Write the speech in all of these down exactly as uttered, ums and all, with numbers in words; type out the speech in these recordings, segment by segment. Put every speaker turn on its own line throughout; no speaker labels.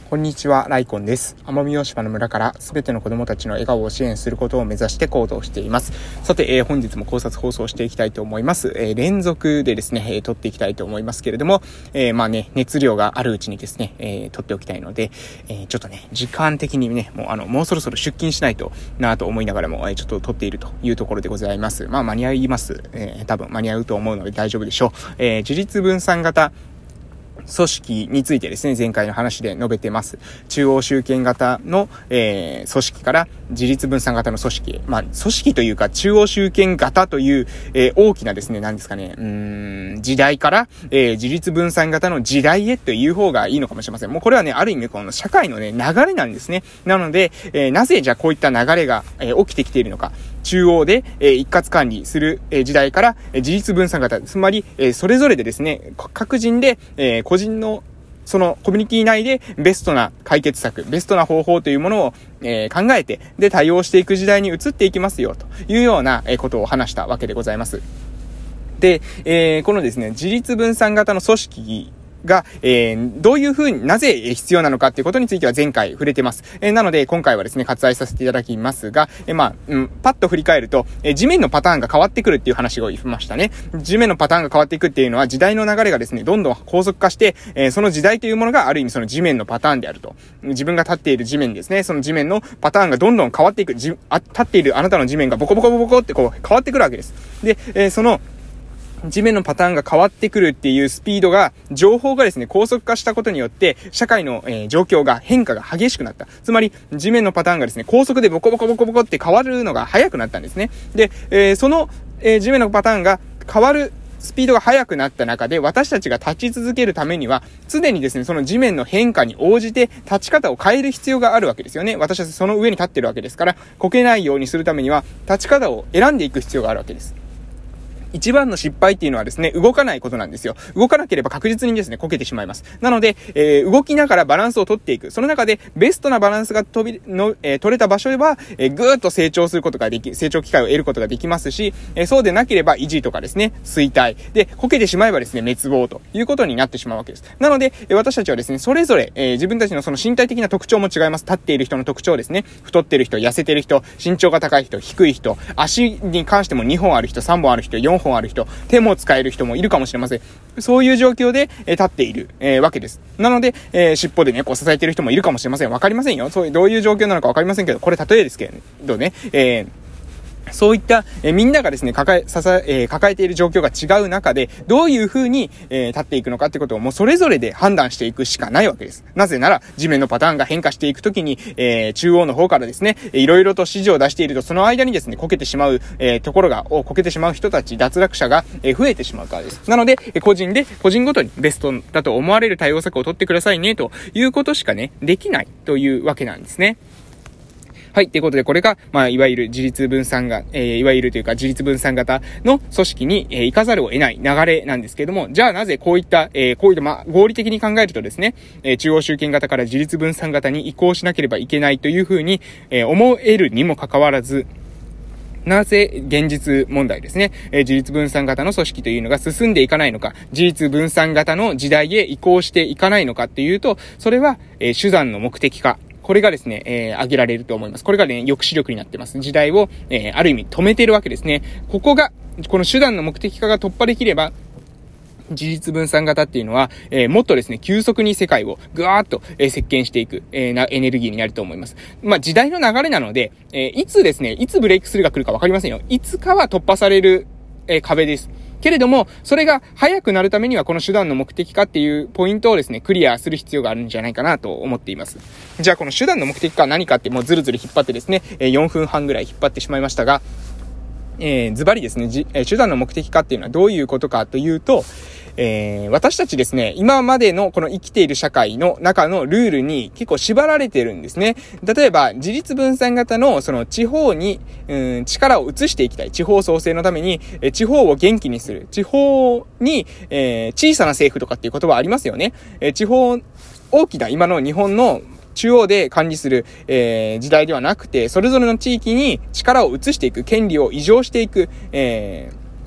こんにちは、ライコンです。奄美大島の村からすべての子供たちの笑顔を支援することを目指して行動しています。さて、えー、本日も考察放送していきたいと思います。えー、連続でですね、えー、撮っていきたいと思いますけれども、えー、まあね、熱量があるうちにですね、えー、撮っておきたいので、えー、ちょっとね、時間的にね、もうあの、もうそろそろ出勤しないとなと思いながらも、えー、ちょっと撮っているというところでございます。まあ、間に合います。えー、多分間に合うと思うので大丈夫でしょう。えー、自立分散型組織についてですね、前回の話で述べてます。中央集権型の、えー、組織から自立分散型の組織。まあ、組織というか中央集権型という、えー、大きなですね、何ですかね、うーん、時代から、えー、自立分散型の時代へという方がいいのかもしれません。もうこれはね、ある意味この社会のね、流れなんですね。なので、えー、なぜじゃあこういった流れが、えー、起きてきているのか。中央で、えー、一括管理する、えー、時代から、えー、自立分散型、つまり、えー、それぞれでですね、各人で、えー、個人のそのコミュニティ内でベストな解決策、ベストな方法というものを、えー、考えて、で対応していく時代に移っていきますよというような、えー、ことを話したわけでございます。で、えー、このですね、自立分散型の組織が、えー、どういうふうに、なぜ必要なのかっていうことについては前回触れてます。えー、なので、今回はですね、割愛させていただきますが、えー、まあ、うん、パッと振り返ると、えー、地面のパターンが変わってくるっていう話を言いましたね。地面のパターンが変わっていくっていうのは、時代の流れがですね、どんどん高速化して、えー、その時代というものがある意味その地面のパターンであると。自分が立っている地面ですね、その地面のパターンがどんどん変わっていく。じあ立っているあなたの地面がボコボコボコボコってこう変わってくるわけです。で、えー、その、地面のパターンが変わってくるっていうスピードが、情報がですね、高速化したことによって、社会の、えー、状況が変化が激しくなった。つまり、地面のパターンがですね、高速でボコボコボコボコって変わるのが早くなったんですね。で、えー、その、えー、地面のパターンが変わるスピードが速くなった中で、私たちが立ち続けるためには、常にですね、その地面の変化に応じて立ち方を変える必要があるわけですよね。私たちその上に立ってるわけですから、こけないようにするためには、立ち方を選んでいく必要があるわけです。一番の失敗っていうのはですね、動かないことなんですよ。動かなければ確実にですね、こけてしまいます。なので、えー、動きながらバランスを取っていく。その中で、ベストなバランスが飛び、の、えー、取れた場所では、えー、ぐーっと成長することができ、成長機会を得ることができますし、えー、そうでなければ維持とかですね、衰退。で、こけてしまえばですね、滅亡ということになってしまうわけです。なので、えー、私たちはですね、それぞれ、えー、自分たちのその身体的な特徴も違います。立っている人の特徴ですね。太っている人、痩せている人、身長が高い人、低い人、足に関してもにほんある人、さんぼんある人、よんほんある人、手も使える人もいるかもしれません。そういう状況で、えー、立っている、えー、わけです。なので、えー、尻尾でね、こう支えている人もいるかもしれません。わかりませんよ。そういう、どういう状況なのかわかりませんけど、これ例えですけどね、えーそういった、えー、みんながですね、抱え、支え、えー、抱えている状況が違う中で、どういう風に、えー、立っていくのかってことをもうそれぞれで判断していくしかないわけです。なぜなら、地面のパターンが変化していくときに、えー、中央の方からですね、いろいろと指示を出していると、その間にですね、こけてしまう、えー、ところが、こけてしまう人たち、脱落者が、えー、増えてしまうからです。なので、個人で、個人ごとにベストだと思われる対応策を取ってくださいね、ということしかね、できないというわけなんですね。はい。ということで、これが、まあ、いわゆる自立分散が、えー、いわゆるというか、自立分散型の組織に、えー、行かざるを得ない流れなんですけれども、じゃあなぜこういった、えー、こういった、まあ、合理的に考えるとですね、えー、中央集権型から自立分散型に移行しなければいけないというふうに、えー、思えるにもかかわらず、なぜ現実問題ですね、えー、自立分散型の組織というのが進んでいかないのか、自立分散型の時代へ移行していかないのかっていうと、それは、えー、手段の目的化。これがですね、えー、挙げられると思います。これがね、抑止力になってます。時代を、えー、ある意味止めているわけですね。ここが、この手段の目的化が突破できれば、自立分散型っていうのは、えー、もっとですね、急速に世界をぐわーっと、えー、席巻していく、えー、な、エネルギーになると思います。まあ、時代の流れなので、えー、いつですね、いつブレイクスルーが来るかわかりませんよ。いつかは突破される、えー、壁です。けれども、それが早くなるためにはこの手段の目的化っていうポイントをですね、クリアする必要があるんじゃないかなと思っています。じゃあこの手段の目的化は何かってもうずるずる引っ張ってですね、よんぷんはんぐらい引っ張ってしまいましたが、えー、ズバリですね、じ、えー、手段の目的化っていうのはどういうことかというと、えー、私たちですね、今までのこの生きている社会の中のルールに結構縛られてるんですね。例えば、自立分散型のその地方に、うん、力を移していきたい。地方創生のために、えー、地方を元気にする。地方に、えー、小さな政府とかっていう言葉ありますよね。えー、地方、大きな今の日本の中央で管理する、えー、時代ではなくて、それぞれの地域に力を移していく、権利を移譲していく、えー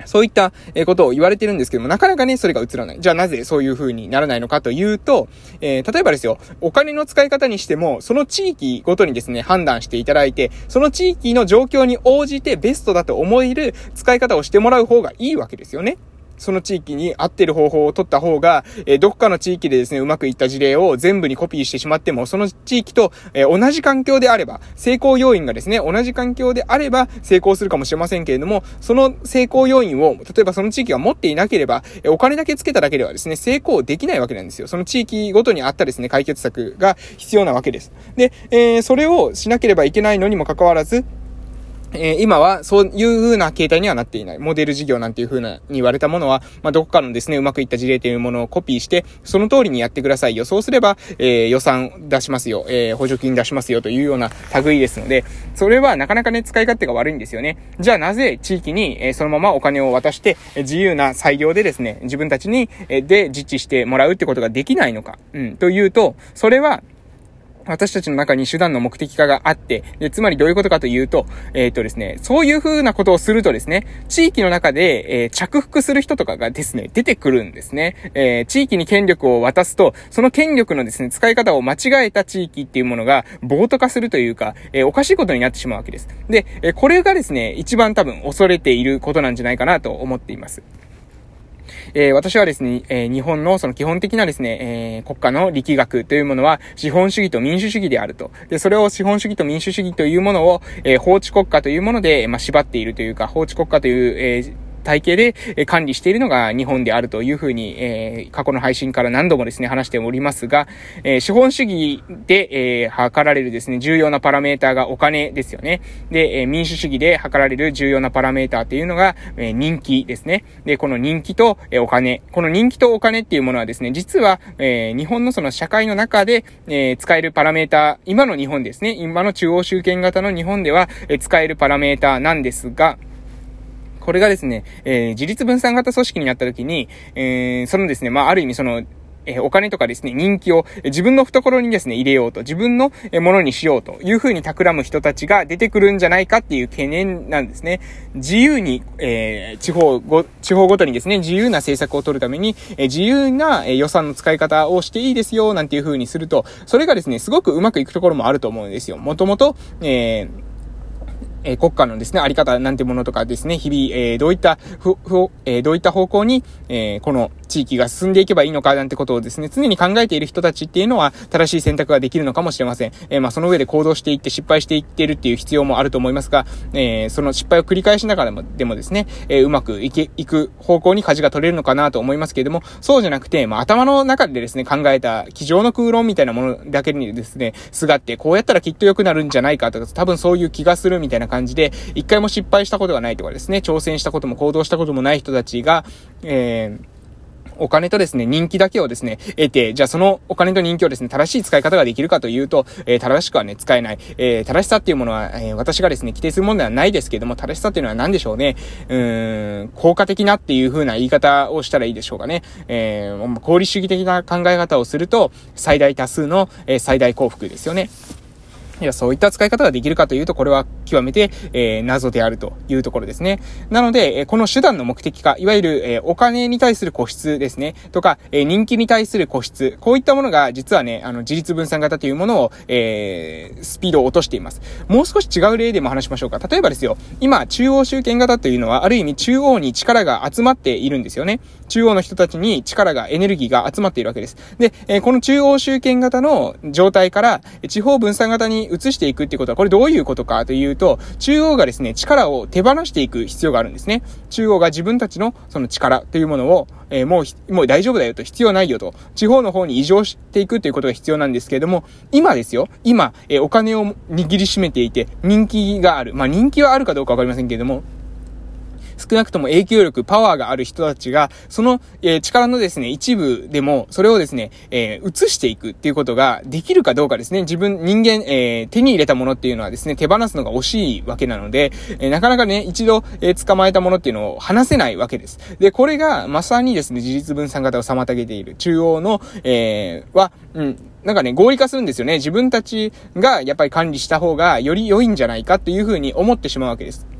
そういったことを言われてるんですけども、なかなかね、それが映らない。じゃあなぜそういう風にならないのかというと、えー、例えばですよ、お金の使い方にしても、その地域ごとにですね、判断していただいて、その地域の状況に応じてベストだと思える使い方をしてもらう方がいいわけですよね。その地域に合ってる方法を取った方が、えー、どっかの地域でですね、うまくいった事例を全部にコピーしてしまっても、その地域と、えー、同じ環境であれば、成功要因がですね、同じ環境であれば成功するかもしれませんけれども、その成功要因を、例えばその地域が持っていなければ、えー、お金だけつけただけではですね、成功できないわけなんですよ。その地域ごとにあったですね、解決策が必要なわけです。で、えー、それをしなければいけないのにもかかわらず、えー、今はそういう風な形態にはなっていない。モデル事業なんていう風なに言われたものは、まあ、どこかのですね、うまくいった事例というものをコピーして、その通りにやってくださいよ。そうすれば、えー、予算出しますよ。えー、補助金出しますよというような類ですので、それはなかなかね、使い勝手が悪いんですよね。じゃあなぜ地域に、えー、そのままお金を渡して、自由な裁量でですね、自分たちに、えー、で実地してもらうってことができないのか。うん。というと、それは、私たちの中に手段の目的化があって、で、つまりどういうことかというと、えっとですね、そういう風なことをするとですね、地域の中で、えー、着服する人とかがですね、出てくるんですね。えー、地域に権力を渡すと、その権力のですね、使い方を間違えた地域っていうものが暴徒化するというか、えー、おかしいことになってしまうわけです。で、えー、これがですね、一番多分恐れていることなんじゃないかなと思っています。えー、私はですね、えー、日本のその基本的なですね、えー、国家の力学というものは資本主義と民主主義であると。で、それを資本主義と民主主義というものを、えー、法治国家というもので、まあ、縛っているというか、法治国家という、えー体系で管理しているのが日本であるというふうに、えー、過去の配信から何度もですね、話しておりますが、えー、資本主義で、えー、測られるですね、重要なパラメーターがお金ですよね。で、えー、民主主義で測られる重要なパラメーターというのが、えー、人気ですね。で、この人気と、えー、お金。この人気とお金っていうものはですね、実は、えー、日本のその社会の中で、えー、使えるパラメーター、今の日本ですね、今の中央集権型の日本では、えー、使えるパラメーターなんですが、これがですね、えー、自立分散型組織になった時に、えー、そのですね、まあ、ある意味その、えー、お金とかですね、人気を自分の懐にですね、入れようと、自分のものにしようという風に企む人たちが出てくるんじゃないかっていう懸念なんですね。自由に、えー、地方ご、地方ごとにですね、自由な政策を取るために、えー、自由な、えー、予算の使い方をしていいですよ、なんていう風にすると、それがですね、すごくうまくいくところもあると思うんですよ。もともと、えー、えー、国家のですね、あり方なんてものとかですね、日々、えー、どういった、ふ、ふ、えー、どういった方向に、えー、この地域が進んでいけばいいのかなんてことをですね、常に考えている人たちっていうのは、正しい選択ができるのかもしれません。えー、まあ、その上で行動していって失敗していってるっていう必要もあると思いますが、えー、その失敗を繰り返しながらも、でもですね、えー、うまくいけ、いく方向に舵が取れるのかなと思いますけれども、そうじゃなくて、まあ、頭の中でですね、考えた机上の空論みたいなものだけにですね、すがって、こうやったらきっと良くなるんじゃないかとか、多分そういう気がするみたいな感じで、一回も失敗したことがないとかですね、挑戦したことも行動したこともない人たちが、えー、お金とですね、人気だけをですね、得て、じゃあそのお金と人気をですね、正しい使い方ができるかというと、えー、正しくはね、使えない。えー、正しさっていうものは、えー、私がですね、規定するものではないですけれども、正しさっていうのは何でしょうね。うーん、効果的なっていう風な言い方をしたらいいでしょうかね。えー、功利主義的な考え方をすると、最大多数の、えー、最大幸福ですよね。いや、そういった使い方ができるかというと、これは極めて、えー、謎であるというところですね。なので、えー、この手段の目的化、いわゆる、えー、お金に対する固執ですね、とか、えー、人気に対する固執、こういったものが実はね、あの、自立分散型というものを、えー、スピードを落としています。もう少し違う例でも話しましょうか。例えばですよ、今、中央集権型というのは、ある意味中央に力が集まっているんですよね。中央の人たちに力が、エネルギーが集まっているわけです。で、えー、この中央集権型の状態から、地方分散型に移していくっていうことは、これどういうことかというと、中央がですね、力を手放していく必要があるんですね。中央が自分たちのその力というものを、えー、もう、もう大丈夫だよと、必要ないよと、地方の方に移譲していくということが必要なんですけれども、今ですよ、今、えー、お金を握りしめていて、人気がある。まあ人気はあるかどうかわかりませんけれども、少なくとも影響力、パワーがある人たちが、その、えー、力のですね、一部でも、それをですね、えー、移していくっていうことができるかどうかですね。自分、人間、えー、手に入れたものっていうのはですね、手放すのが惜しいわけなので、えー、なかなかね、一度、えー、捕まえたものっていうのを離せないわけです。で、これが、まさにですね、自立分散型を妨げている。中央の、えー、は、うん、なんかね、合理化するんですよね。自分たちがやっぱり管理した方がより良いんじゃないかというふうに思ってしまうわけです。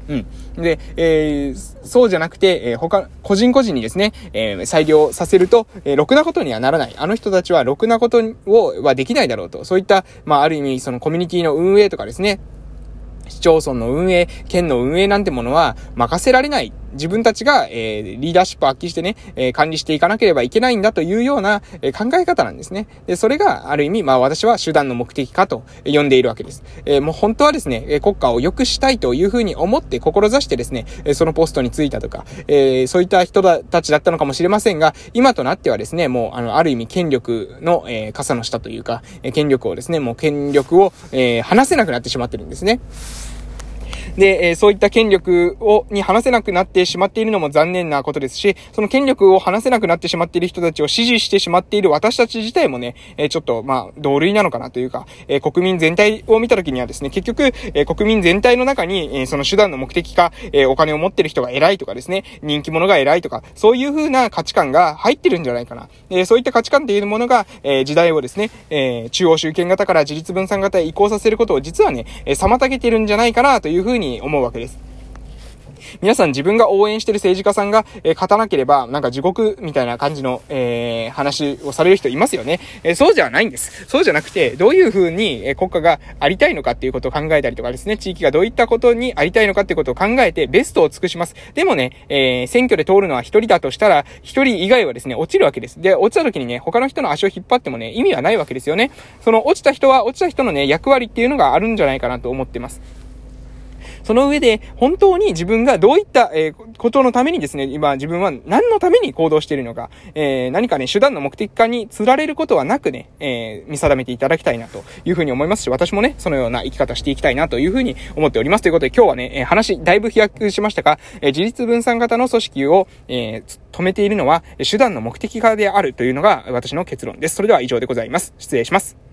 うん。で、えー、そうじゃなくて、えー、他、個人個人にですね、えー、裁量させると、えー、ろくなことにはならない。あの人たちはろくなことを、はできないだろうと。そういった、まあ、ある意味、そのコミュニティの運営とかですね、市町村の運営、県の運営なんてものは任せられない。自分たちが、えー、リーダーシップを発揮してね、えー、管理していかなければいけないんだというような、えー、考え方なんですね。で、それがある意味、まあ私は手段の目的かと呼んでいるわけです。えー、もう本当はですね、国家を良くしたいというふうに思って志してですね、そのポストに就いたとか、えー、そういった人たちだったのかもしれませんが、今となってはですね、もうあの、ある意味権力の、えー、傘の下というか、権力をですね、もう権力を、えー、離せなくなってしまってるんですね。で、えー、そういった権力を、に話せなくなってしまっているのも残念なことですし、その権力を話せなくなってしまっている人たちを支持してしまっている私たち自体もね、えー、ちょっと、まあ、同類なのかなというか、えー、国民全体を見たときにはですね、結局、えー、国民全体の中に、えー、その手段の目的か、えー、お金を持ってる人が偉いとかですね、人気者が偉いとか、そういう風な価値観が入ってるんじゃないかな。えー、そういった価値観っていうものが、えー、時代をですね、えー、中央集権型から自立分散型へ移行させることを実はね、えー、妨げてるんじゃないかなという風に思うわけです。皆さん自分が応援してる政治家さんが、えー、勝たなければなんか地獄みたいな感じの、えー、話をされる人いますよね、えー、そうじゃないんです。そうじゃなくて、どういう風に、えー、国家がありたいのかっていうことを考えたりとかですね、地域がどういったことにありたいのかっていうことを考えてベストを尽くします。でもね、えー、選挙で通るのは一人だとしたら、一人以外はですね、落ちるわけです。で、落ちた時にね、他の人の足を引っ張ってもね、意味はないわけですよね。その落ちた人は落ちた人のね、役割っていうのがあるんじゃないかなと思ってます。その上で、本当に自分がどういった、えー、ことのためにですね、今自分は何のために行動しているのか、えー、何かね、手段の目的化に釣られることはなくね、えー、見定めていただきたいなというふうに思いますし、私もね、そのような生き方していきたいなというふうに思っております。ということで今日はね、えー、話だいぶ飛躍しましたが、えー、自立分散型の組織を、えー、止めているのは、手段の目的化であるというのが私の結論です。それでは以上でございます。失礼します。